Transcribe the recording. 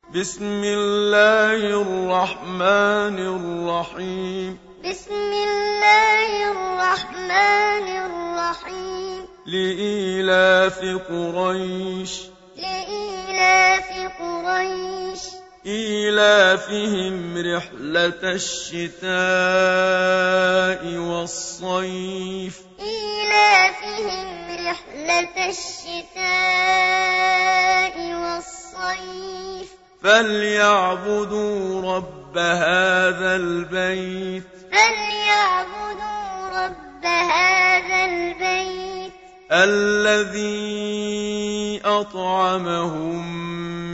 بسم الله الرحمن الرحيم. بسم الله الرحمن الرحيم. لإيلاف قريش. لإيلاف قريش. إيلافهم رحلة الشتاء والصيف. إيلافهم رحلة الشتاء والصيف. فليعبدوا رب هذا البيت. فليعبدوا رب هذا البيت الذي أطعمهم